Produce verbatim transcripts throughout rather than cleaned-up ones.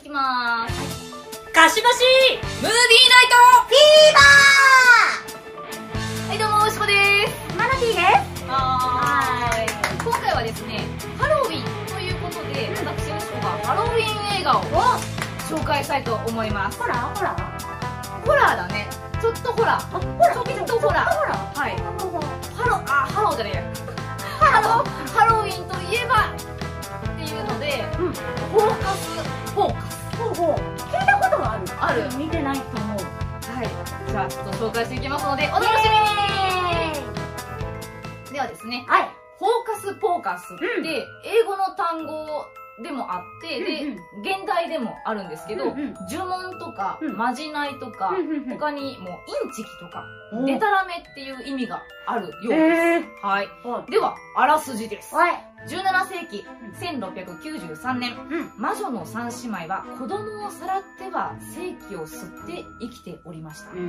きまーす。 かしばしムービーナイトフィーバー。はい、どうも、しこでーす。 マナティーです。 はーい。今回はですね、ハロウィンということで、私、よしこがハロウィン映画を紹介したいと思います。 ホラーホラーホラーだね。ちょっとホラー。 あ、ホラーちょっとホラー。はい。ハロ、あ、ハローじゃねえや。ハロー、ハロウィンといえばっていうので、 うん、 フォーカス、フォーカス。 ほうほう。聞いたことがある。 ある。 見てないと思う。 はい。じゃあ、ちょっと紹介していきますので、お楽しみに。ではですね、 はい。 フォーカス、ポーカスって、英語の単語でもあって、で、 うんうん、 現代でもあるんですけど、 うんうん、 呪文とか、 うん、 まじないとか、 うんうんうん、 他にもうインチキとか、 うん、 デタラメっていう意味があるようです。 えー、 はい。 はい。 では、あらすじです。 はい。 じゅうななせいき、せんろっぴゃくきゅうじゅうさんねん、 うん、 魔女の三姉妹は子供をさらっては生気を吸って生きておりました。 うんうんうん、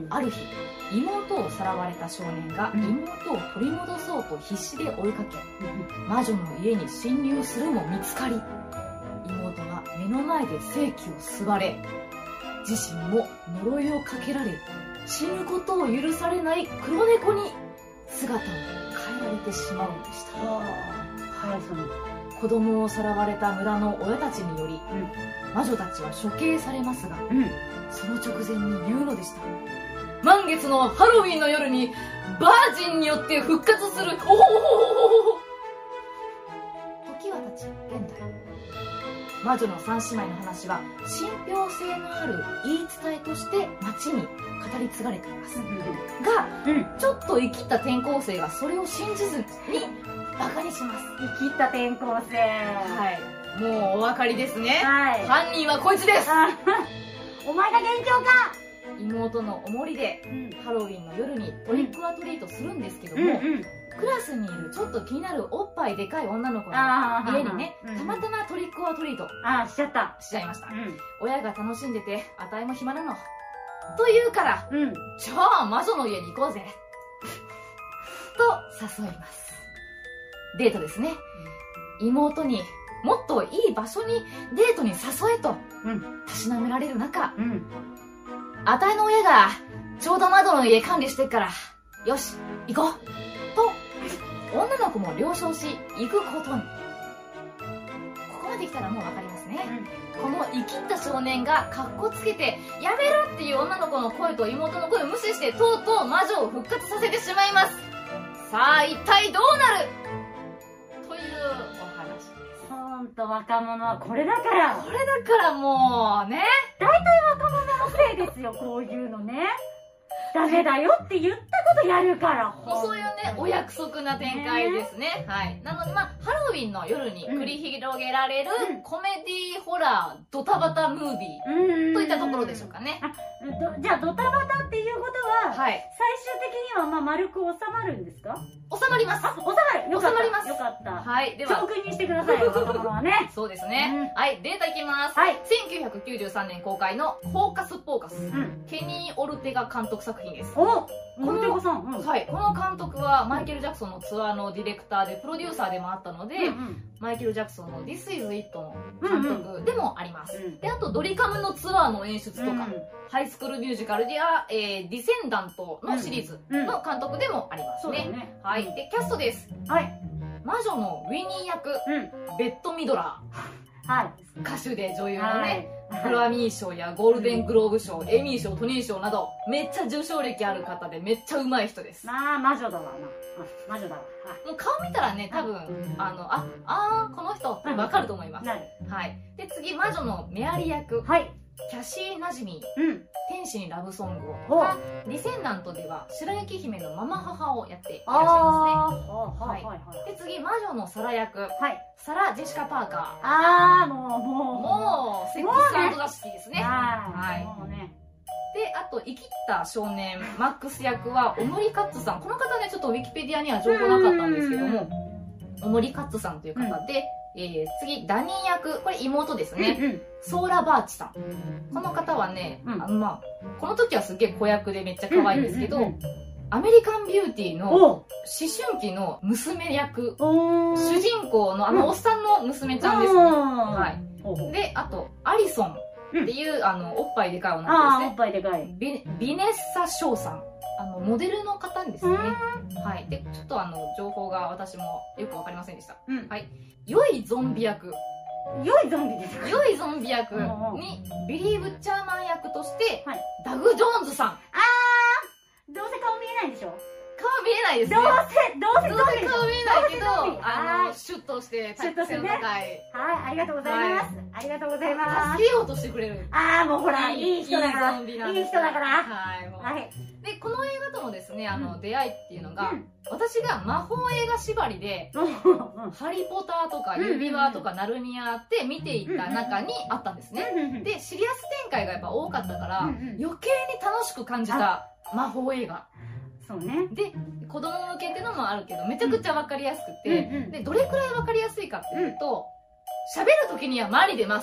ある日、妹をさらわれた少年が妹を取り戻そうと必死で追いかけ、うん、魔女の家に侵入するも見つかり、妹は目の前で生気を吸われ、自身も呪いをかけられ、死ぬことを許されない黒猫に姿を変えられてしまうのでした。 はい、その子供をさらわれた村の親たちにより、 うん、 魔女たちは処刑されますが、 うん、 その直前に言うのでした。満月のハロウィンの夜にバージンによって復活する。おほほほほほ。時は経ち、現代。魔女の三姉妹の話は信憑性のある言い伝えとして町に語り継がれています、うん、が、うん、ちょっと生きった転校生がそれを信じずにバカにします。 生きった転校生。 はい、もうお分かりですね。 はい、 犯人はこいつです。 お前が現状か。 妹のおもりで、うん、ハロウィンの夜にトリックアトリートするんですけども、うんうん、クラスにいるちょっと気になるおっぱいでかい女の子の家にね、たまたまトリックアトリートあしちゃったしちゃいました、うん、親が楽しんでてあたいも暇なのと言うから、うん、じゃあ魔女の家に行こうぜと誘います。デートですね、うん、妹にもっといい場所にデートに誘えとたしなめられる中、うん、あたいの親がちょうど窓の家管理してっからよし行こうと女の子も了承し行くことに。ここまで来たらもう分かりますね、うん、この生きった少年がカッコつけてやめろっていう女の子の声と妹の声を無視してとうとう魔女を復活させてしまいます。さあ一体どうなるというお話です。 ほんと若者はこれだからこれだからもうね、 大体若者のせいですよこういうのね。ダメだよって言ったことやるから。 もうそういうね、お約束な展開ですね。はい。なのでまあ、ハロウィンの夜に繰り広げられるコメディホラードタバタムービーといったところでしょうかね。 あ、じゃあドタバタっていうことは、はい、最終的にはまあ丸く収まるんですか？ 収まります。 あ、収まる。よかった。収まります。よかった。 はい。では教訓にしてくださいよ、若者はね。 そうですね。はい。データいきます。はい。せんきゅうひゃくきゅうじゅうさんねん公開のフォーカス・ポーカス。ケニー・オルテガ監督作品です。 お、オルテガさん。 はい。この監督はマイケル・ジャクソンのツアーのディレクターでプロデューサーでもあったので、マイケル・ジャクソンの This is It の監督でもあります。で、あとドリカムのツアーの演出とか、ハイスクールミュージカルや、えー、ディセンダントのシリーズの監督でもありますね。うんうん、ねはい。で、キャストです。はい。魔女のウィニー役、うん、ベッド・ミドラー。はい。歌手で女優のね、はい、グラミー賞やゴールデングローブ賞、エミー賞、トニー賞など、めっちゃ受賞歴ある方でめっちゃ上手い人です。 まあ、魔女だわな。魔女だわ。 もう顔見たらね、多分、あの、あ、あー、この人ってわかると思います。はい。で、次、魔女のメアリ役。はい。キャシー・ナジミ、うん、天使にラブソングをとか、ディセンダントでは白雪姫のママ母をやっていらっしゃいますね。はい。で、次、魔女のサラ役、はい、サラ・ジェシカ・パーカー。 あー、もう、もう、 もう、セックス&ザ・シティですね。 はい。もうね。 で、あと、生きった少年、マックス役は、オムリカッツさん。この方ね、ちょっとウィキペディアには情報なかったんですけども、オムリカッツさんという方で、えー、次、ダニー役。これ妹ですね。うんうん、ソーラ・バーチさん。この方はね、うん、あの、まあ、この時はすっげえ子役でめっちゃ可愛いんですけど、アメリカンビューティーの思春期の娘役。主人公のあのおっさんの娘ちゃんですね。はい。 で、あと、アリソンっていう、うん、あの、おっぱいでかい女の子ですね。 ああ、おっぱいでかい。 ビ、ビネッサ・ショーさん。あの、モデルの方ですね。はい。で、ちょっとあの、情報が私もよくわかりませんでした。うん、はい。良いゾンビ役。 良いゾンビですか？ 良いゾンビ役に、ビリー・ブッチャーマン役として、はい、ダグ・ジョーンズさん。あー、どうせ顔見えないでしょ？ 顔見えないですね。 どうせ、どうせ、 どうせ顔見えないけど、あの、シュッとして、 シュッとしてね。はい、ありがとうございます。ありがとうございます。 助けようとしてくれる。 ああ、もうほら、いい人だから。いい人だから。 はい、もう。はい。で、この映画とのですね、あの、出会いっていうのが、私が魔法映画縛りで、ハリポターとか指輪とかナルニアって見ていた中にあったんですね。で、シリアス展開がやっぱ多かったから、余計に楽しく感じた魔法映画。 そうね。 で、子供向けっていうのもあるけど、めちゃくちゃわかりやすくて、で、どれくらいわかりやすいかっていうと、喋るときには周り出ます。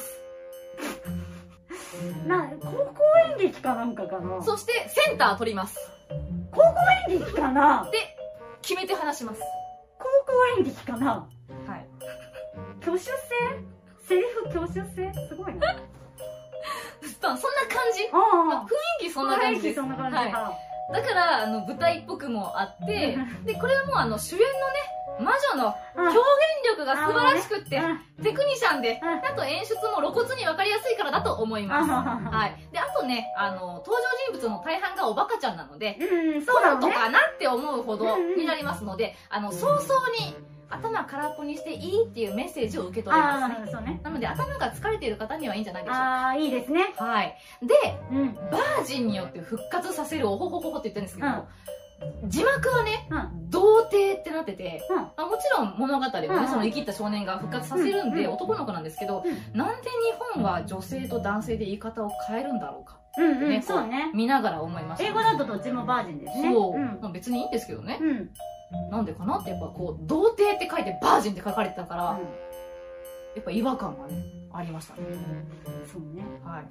な、高校演劇かなんかかな。 そして、センター取ります。 高校演劇かな。 で、決めて話します。 高校演劇かな。はい。挙手制？セリフ挙手制？すごいな。 そんな感じ。雰囲気そんな感じです。雰囲気そんな感じ。はい。だから、あの、舞台っぽくもあって、で、これはもうあの、主演のね、魔女の表現力が素晴らしくって、テクニシャンで、あと演出も露骨に分かりやすいからだと思います。はい。で、あとね、あの、登場人物の大半がおバカちゃんなので、そうなのかなって思うほどになりますので、あの、早々に頭空っぽにしていいっていうメッセージを受け取れますね。なので、頭が疲れている方にはいいんじゃないでしょうか。 ああ、いいですね。 はい。で、バージンによって復活させるおほほほほって言ってるんですけど、字幕はね、童貞ってなってて、あもちろん物語をね、その生きった少年が復活させるんで男の子なんですけど、なんで日本は女性と男性で言い方を変えるんだろうかってね、そうね、見ながら思いました。 英語だとどっちもバージンですね。 そう。別にいいんですけどね。なんでかなって、やっぱこう、童貞って書いてバージンって書かれてたから、やっぱ違和感がね、ありましたね。そうね。はい。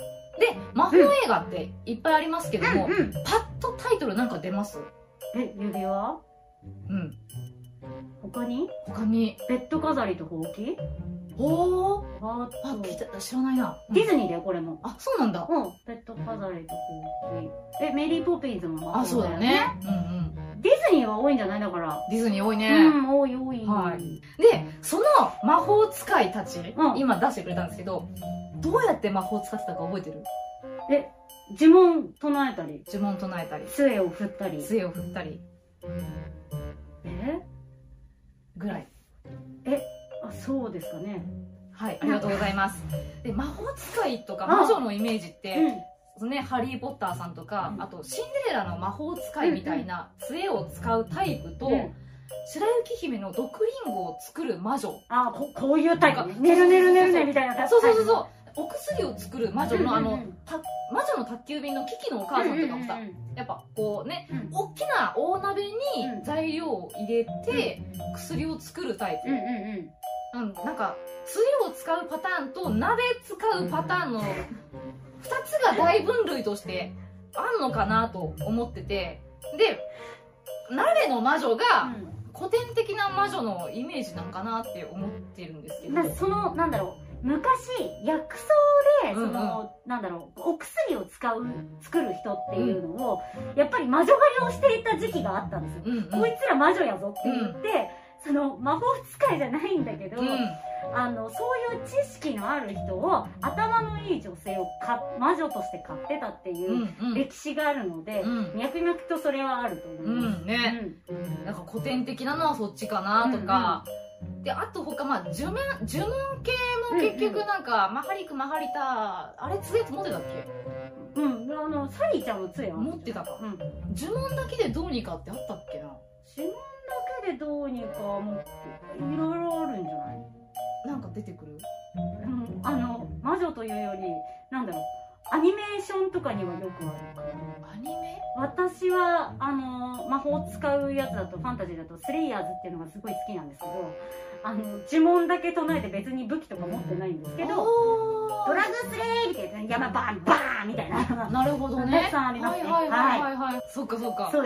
で、魔法映画っていっぱいありますけども、パッとタイトルなんか出ます？ え、指輪？うん。他に？ 他に。 ベッド飾りとほうき？ おー。あ、聞いた、知らないな。 ディズニーだよ、これも。 あ、そうなんだ。 うん。ベッド飾りとほうき。え、メリーポピンズも魔法だよね。 あ、そうだね。うんうん。 ディズニーは多いんじゃないだから。 ディズニー多いね。 うん、多い多い。 はい。で、その魔法使いたち、今出してくれたんですけど、どうやって魔法使ってたか覚えてる？ え、呪文唱えたり。 呪文唱えたり。 杖を振ったり。 杖を振ったり。 え？ ぐらい。 え、あ、そうですかね。 はい、ありがとうございます。で、魔法使いとか魔女のイメージって、ね、ハリー・ポッターさんとか、あとシンデレラの魔法使いみたいな杖を使うタイプと、白雪姫の毒リンゴを作る魔女。 あ、ここういうタイプ。ねるねるねるねみたいな。 そうそうそうそう。お薬を作る魔女のあの、魔女の宅急便のキキのお母さんとかもさ、やっぱこうね、大きな大鍋に材料を入れて薬を作るタイプ。なんか、杖を使うパターンと鍋使うパターンのふたつが大分類としてあんのかなと思ってて、で、鍋の魔女が古典的な魔女のイメージなんかなって思ってるんですけど。 その、なんだろう、昔、薬草で、その、なんだろう、お薬を使う、作る人っていうのを、やっぱり魔女狩りをしていた時期があったんですよ。こいつら魔女やぞって言って、その魔法使いじゃないんだけど、うん、あのそういう知識のある人を頭のいい女性をか魔女として買ってたっていう歴史があるので、うんうん、脈々とそれはあると思います。うんね、 うん、なんか古典的なのはそっちかなとか、うんうん、であと他まあ呪文呪文系も結局なんか、うんうん、マハリクマハリタあれ杖持ってたっけ？うん、あのサリーちゃんの杖は持ってたか。うん、呪文だけでどうにかってあったっけな。 呪文だけでどうにかもいろいろあるんじゃない？ なんか出てくる？ うん、あの魔女というよりなんだろう、アニメーションとかにはよくあるかな。 アニメ？ 私はあの魔法を使うやつだとファンタジーだとスレイヤーズっていうのがすごい好きなんですけど、あの呪文だけ唱えて別に武器とか持ってないんですけど、ドラグスレイって山バンバーンみたいな。 なるほどね。 たくさんありますね。 はいはいはいはいはい。そっかそっか。 そうです。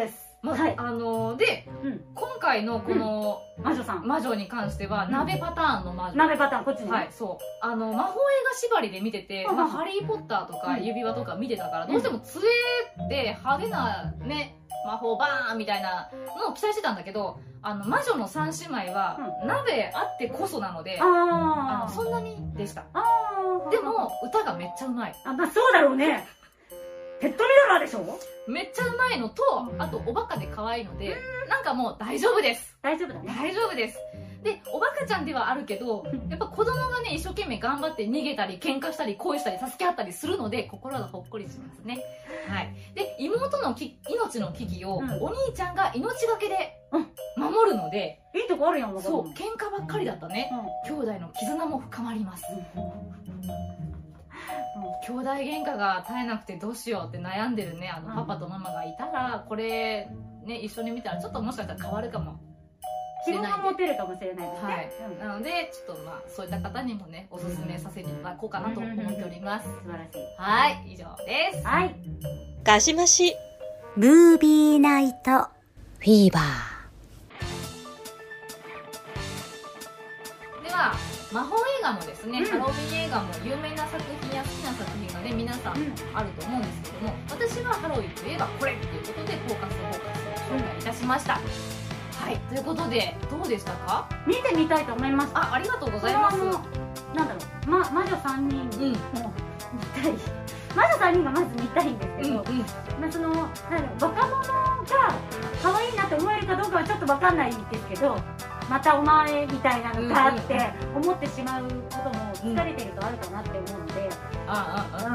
まはい、あのー、で、うん、今回のこの、 うん、魔女さん魔女に関しては、うん、鍋パターンの魔女。 鍋パターン、こっちに。 はい、そう。あの、魔法映画縛りで見てて、まあ、ハリーポッターとか指輪とか見てたから、どうしても杖で派手なね、魔法バーンみたいなのを期待してたんだけど、あの、魔女の三姉妹は、鍋あってこそなので、あの、そんなにでした。でも、歌がめっちゃうまい。 あ、まあそうだろうね。ペットミドラーでしょ？ めっちゃうまいのと、あとおバカで可愛いので、なんかもう大丈夫です。 大丈夫だね。 大丈夫です。で、おバカちゃんではあるけど、やっぱ子供がね、一生懸命頑張って逃げたり、喧嘩したり、恋したり、助け合ったりするので、心がほっこりしますね。はい。で、妹のき命の危機を、うん、お兄ちゃんが命がけで守るので、 うん、いいとこあるやん、 そう、喧嘩ばっかりだったね。うん、兄弟の絆も深まります。兄弟喧嘩が絶えなくてどうしようって悩んでるね、あのパパとママがいたら、これね、一緒に見たらちょっともしかしたら変わるかもしれない。希望が持てるかもしれないですね。 はい、うん、なのでちょっとまあそういった方にもねおすすめさせていただこうかなと思っております。 素晴らしい。 はい、以上です。 はい。 ガシマシムービーナイトフィーバー。 では魔法映画もですね、うん、ハロウィン映画も有名な作品や好きな作品がね皆さんあると思うんですけども、私はハロウィンといえばこれっていうことでフォーカスフォーカスを紹介いたしました。はい、ということでどうでしたか？ 見てみたいと思います。 あ、ありがとうございます。 なんだろう、ま、魔女さんにんも見たい、うん、魔女さんにんがまず見たいんですけど、うんうん、まあそのなんだろう、若者が可愛いなって思えるかどうかはちょっと分かんないんですけど、またお前みたいなのかって思ってしまうことも疲れてるとあるかなって思うので、 ああ、うん、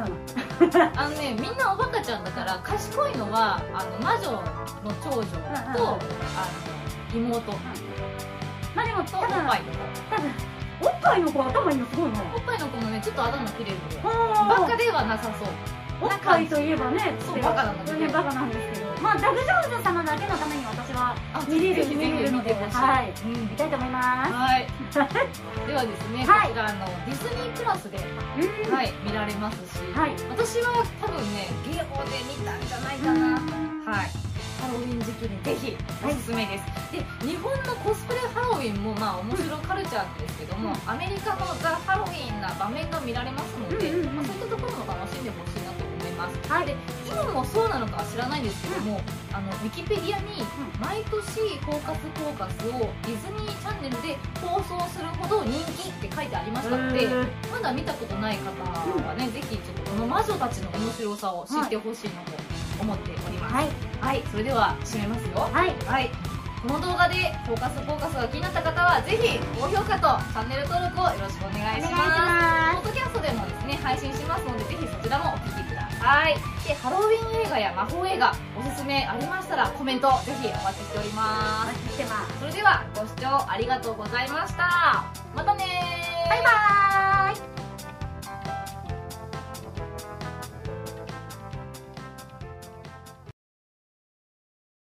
あのね、みんなおバカちゃんだから賢いのはあの魔女の長女と、うんうん、あの妹、うん、 まあでも多分おっぱいの子、 多分おっぱいの子頭いいのすごいね。 おっぱいの子もねちょっと頭切れるのよ。バカではなさそう。 おっぱいといえばね、 そうバカなんだけど、 バカなんですけど、まあダグジョーンズ様だけのために私は見れる見れるので、はい、見たいと思います。 はい。ではですね、こちらのディズニープラスではい見られますし、私は多分ねゲオで見たんじゃないかな。はい。ハロウィン時期にぜひおすすめです。で、日本のコスプレハロウィンもまあ面白カルチャーですけども、アメリカのザ・ハロウィンな場面が見られますので、まあそういったところも楽しんでほしいなと思います。はい。で、今もそうなのかは知らないんですけども、あのウィキペディアに毎年フォーカスフォーカスをディズニーチャンネルで放送するほど人気って書いてありましたので、まだ見たことない方はね、ぜひちょっとこの魔女たちの面白さを知ってほしいなと思っております。はい、はい、それでは締めますよ。はい、はい、この動画でフォーカスフォーカスが気になった方はぜひ高評価とチャンネル登録をよろしくお願いします。ポッドキャストでもですね配信しますのでぜひそちらもお聞きください。で、ハロウィン映画や魔法映画おすすめありましたらコメントぜひお待ちしております。お待ちしてます。それではご視聴ありがとうございました。またねー。バイバーイ。